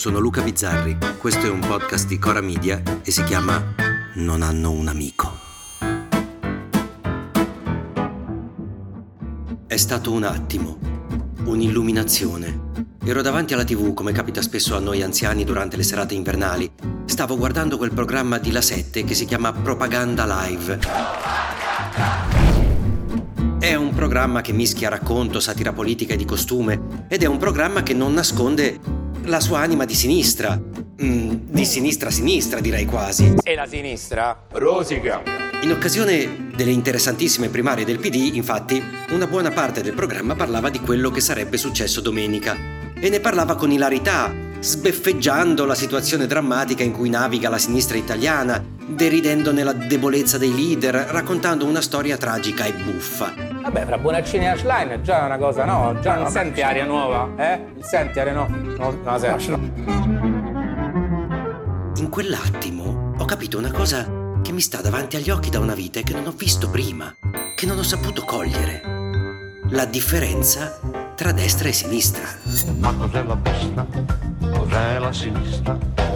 sono Luca Bizzarri, questo è un podcast di Cora Media e si chiama Non hanno un amico. È stato un attimo, un'illuminazione. Ero davanti alla TV, come capita spesso a noi anziani durante le serate invernali. Stavo guardando quel programma di La 7 che si chiama Propaganda Live. È un programma che mischia racconto, satira politica e di costume, ed è un programma che non nasconde la sua anima di sinistra. Di sinistra a sinistra, direi quasi. E la sinistra? Rosica. In occasione delle interessantissime primarie del PD, infatti, una buona parte del programma parlava di quello che sarebbe successo domenica. E ne parlava con ilarità, sbeffeggiando la situazione drammatica in cui naviga la sinistra italiana, deridendone la debolezza dei leader, raccontando una storia tragica e buffa. Vabbè, fra Bonaccini e Ashline già è una cosa, no? Già non senti aria nuova, Il senti aria no? No, senti. In quell'attimo ho capito una cosa che mi sta davanti agli occhi da una vita e che non ho visto prima, che non ho saputo cogliere. La differenza tra destra e sinistra. Ma cos'è la destra? Cos'è la sinistra?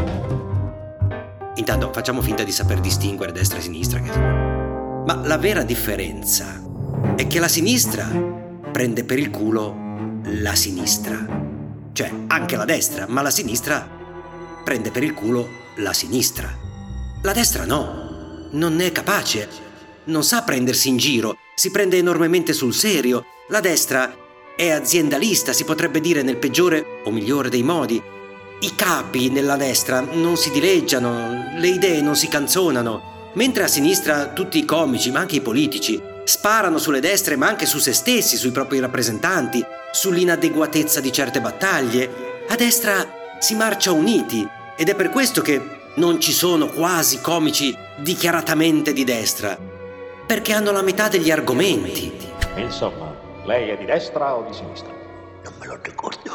Intanto facciamo finta di saper distinguere destra e sinistra. Ma la vera differenza è che la sinistra prende per il culo la sinistra. Cioè, anche la destra, ma la sinistra prende per il culo la sinistra. La destra no, non ne è capace, non sa prendersi in giro, si prende enormemente sul serio. La destra è aziendalista, si potrebbe dire nel peggiore o migliore dei modi. I capi nella destra non si dileggiano, le idee non si canzonano, mentre a sinistra tutti i comici, ma anche i politici, sparano sulle destre ma anche su se stessi, sui propri rappresentanti, sull'inadeguatezza di certe battaglie. A destra si marcia uniti ed è per questo che non ci sono quasi comici dichiaratamente di destra, perché hanno la metà degli argomenti. Insomma, lei è di destra o di sinistra? Non me lo ricordo.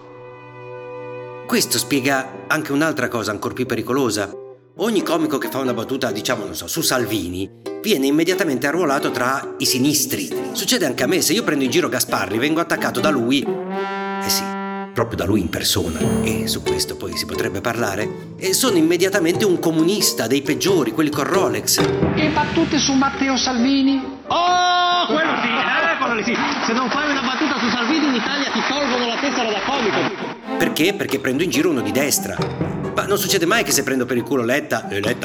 Questo spiega anche un'altra cosa ancor più pericolosa. Ogni comico che fa una battuta, su Salvini, viene immediatamente arruolato tra i sinistri. Succede anche a me, se io prendo in giro Gasparri, vengo attaccato da lui. Sì, proprio da lui in persona. E su questo poi si potrebbe parlare. E sono immediatamente un comunista, dei peggiori, quelli con Rolex. E battute su Matteo Salvini? Oh, quello sì. Se non fai una battuta su Salvini in Italia ti tolgono la tessera da comico. Perché? Perché prendo in giro uno di destra. Ma non succede mai che se prendo per il culo Letta,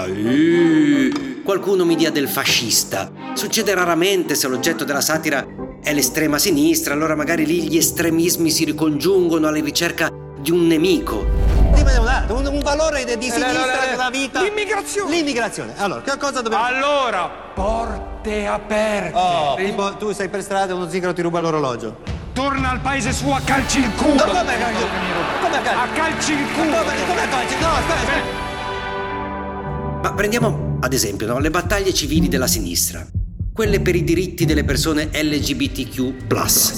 qualcuno mi dia del fascista. Succede raramente se l'oggetto della satira è l'estrema sinistra, allora magari lì gli estremismi si ricongiungono alla ricerca di un nemico. Un valore di sinistra della vita. L'immigrazione. Allora, che cosa dobbiamo fare? Allora, porte aperte. Tu sei per strada e uno zingaro ti ruba l'orologio. Torna al paese suo a calci il culo. Come A calci il culo. Come a calci? No, aspetta. Ma prendiamo ad esempio le battaglie civili della sinistra, quelle per i diritti delle persone LGBTQ+.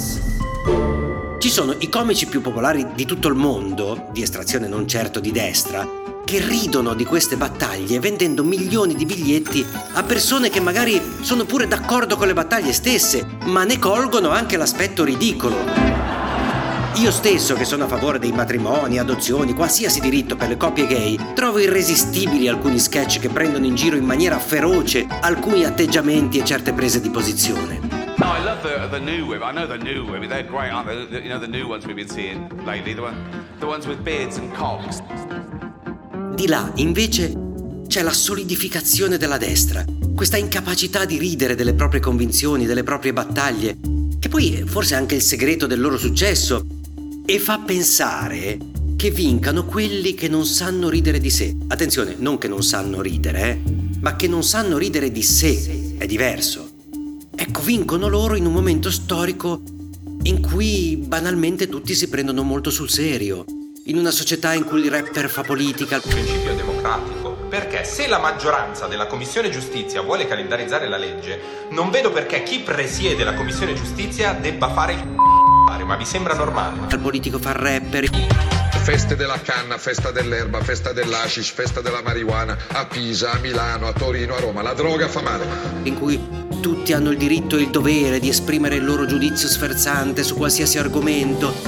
Ci sono i comici più popolari di tutto il mondo, di estrazione non certo di destra, che ridono di queste battaglie vendendo milioni di biglietti a persone che magari sono pure d'accordo con le battaglie stesse, ma ne colgono anche l'aspetto ridicolo. Io stesso, che sono a favore dei matrimoni, adozioni, qualsiasi diritto per le coppie gay, trovo irresistibili alcuni sketch che prendono in giro in maniera feroce alcuni atteggiamenti e certe prese di posizione. No, I love the new women. I know the new women. They're great, aren't they? You know, the new ones we've been seeing lately. The ones with beards and cocks. Di là, invece, c'è la solidificazione della destra, questa incapacità di ridere delle proprie convinzioni, delle proprie battaglie, che poi forse è anche il segreto del loro successo, e fa pensare che vincano quelli che non sanno ridere di sé. Attenzione, non che non sanno ridere, ma che non sanno ridere di sé. È diverso. Ecco, vincono loro in un momento storico in cui banalmente tutti si prendono molto sul serio, in una società in cui il rapper fa politica. Principio democratico, perché se la maggioranza della Commissione Giustizia vuole calendarizzare la legge, non vedo perché chi presiede la Commissione Giustizia debba fare il ma vi sembra normale? Il politico fa rapper. Feste della canna, festa dell'erba, festa dell'hashish, festa della marijuana, a Pisa, a Milano, a Torino, a Roma. La droga fa male. In cui tutti hanno il diritto e il dovere di esprimere il loro giudizio sferzante su qualsiasi argomento.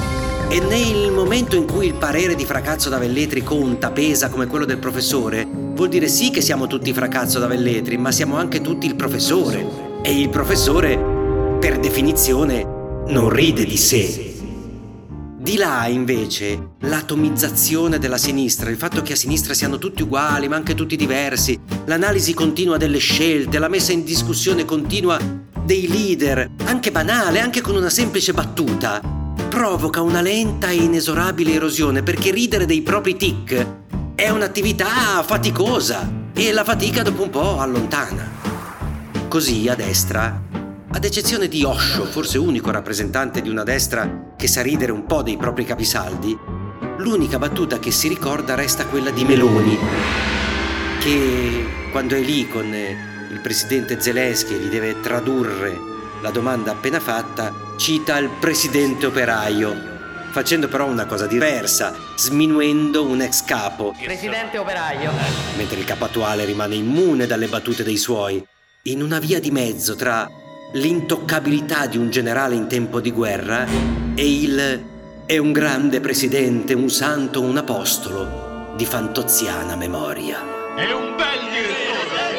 E nel momento in cui il parere di Fracazzo da Velletri conta, pesa come quello del professore, vuol dire sì che siamo tutti Fracazzo da Velletri, ma siamo anche tutti il professore. E il professore, per definizione, non ride di sé. Di là, invece, l'atomizzazione della sinistra, il fatto che a sinistra siano tutti uguali, ma anche tutti diversi, l'analisi continua delle scelte, la messa in discussione continua dei leader, anche banale, anche con una semplice battuta, provoca una lenta e inesorabile erosione, perché ridere dei propri tic è un'attività faticosa e la fatica dopo un po' allontana. Così a destra, ad eccezione di Osho, forse unico rappresentante di una destra che sa ridere un po' dei propri capisaldi, l'unica battuta che si ricorda resta quella di Meloni, che quando è lì con il presidente Zelensky e gli deve tradurre la domanda appena fatta, cita il presidente operaio, facendo però una cosa diversa, sminuendo un ex capo. Presidente operaio. Mentre il capo attuale rimane immune dalle battute dei suoi, in una via di mezzo tra l'intoccabilità di un generale in tempo di guerra e il è un grande presidente, un santo, un apostolo di fantoziana memoria. È un bel direttore!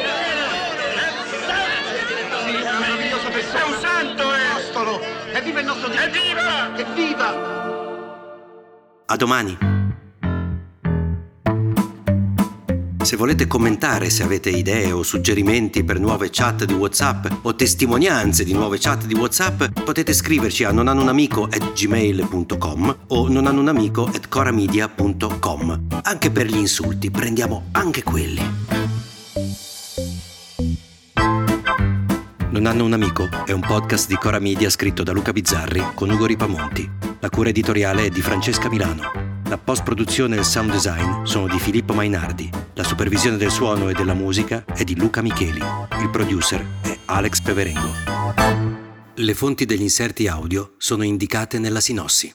È meraviglioso persona! È un santo, è apostolo! Evviva il nostro Dio! Evviva! Evviva! A domani! Se volete commentare, se avete idee o suggerimenti per nuove chat di WhatsApp o testimonianze di nuove chat di WhatsApp, potete scriverci a nonhanunamico@gmail.com o nonhanunamico@coramedia.com. Anche per gli insulti, prendiamo anche quelli. Non hanno un amico è un podcast di Cora Media scritto da Luca Bizzarri con Ugo Ripamonti. La cura editoriale è di Francesca Milano. La post-produzione e il sound design sono di Filippo Mainardi. La supervisione del suono e della musica è di Luca Micheli. Il producer è Alex Peverengo. Le fonti degli inserti audio sono indicate nella sinossi.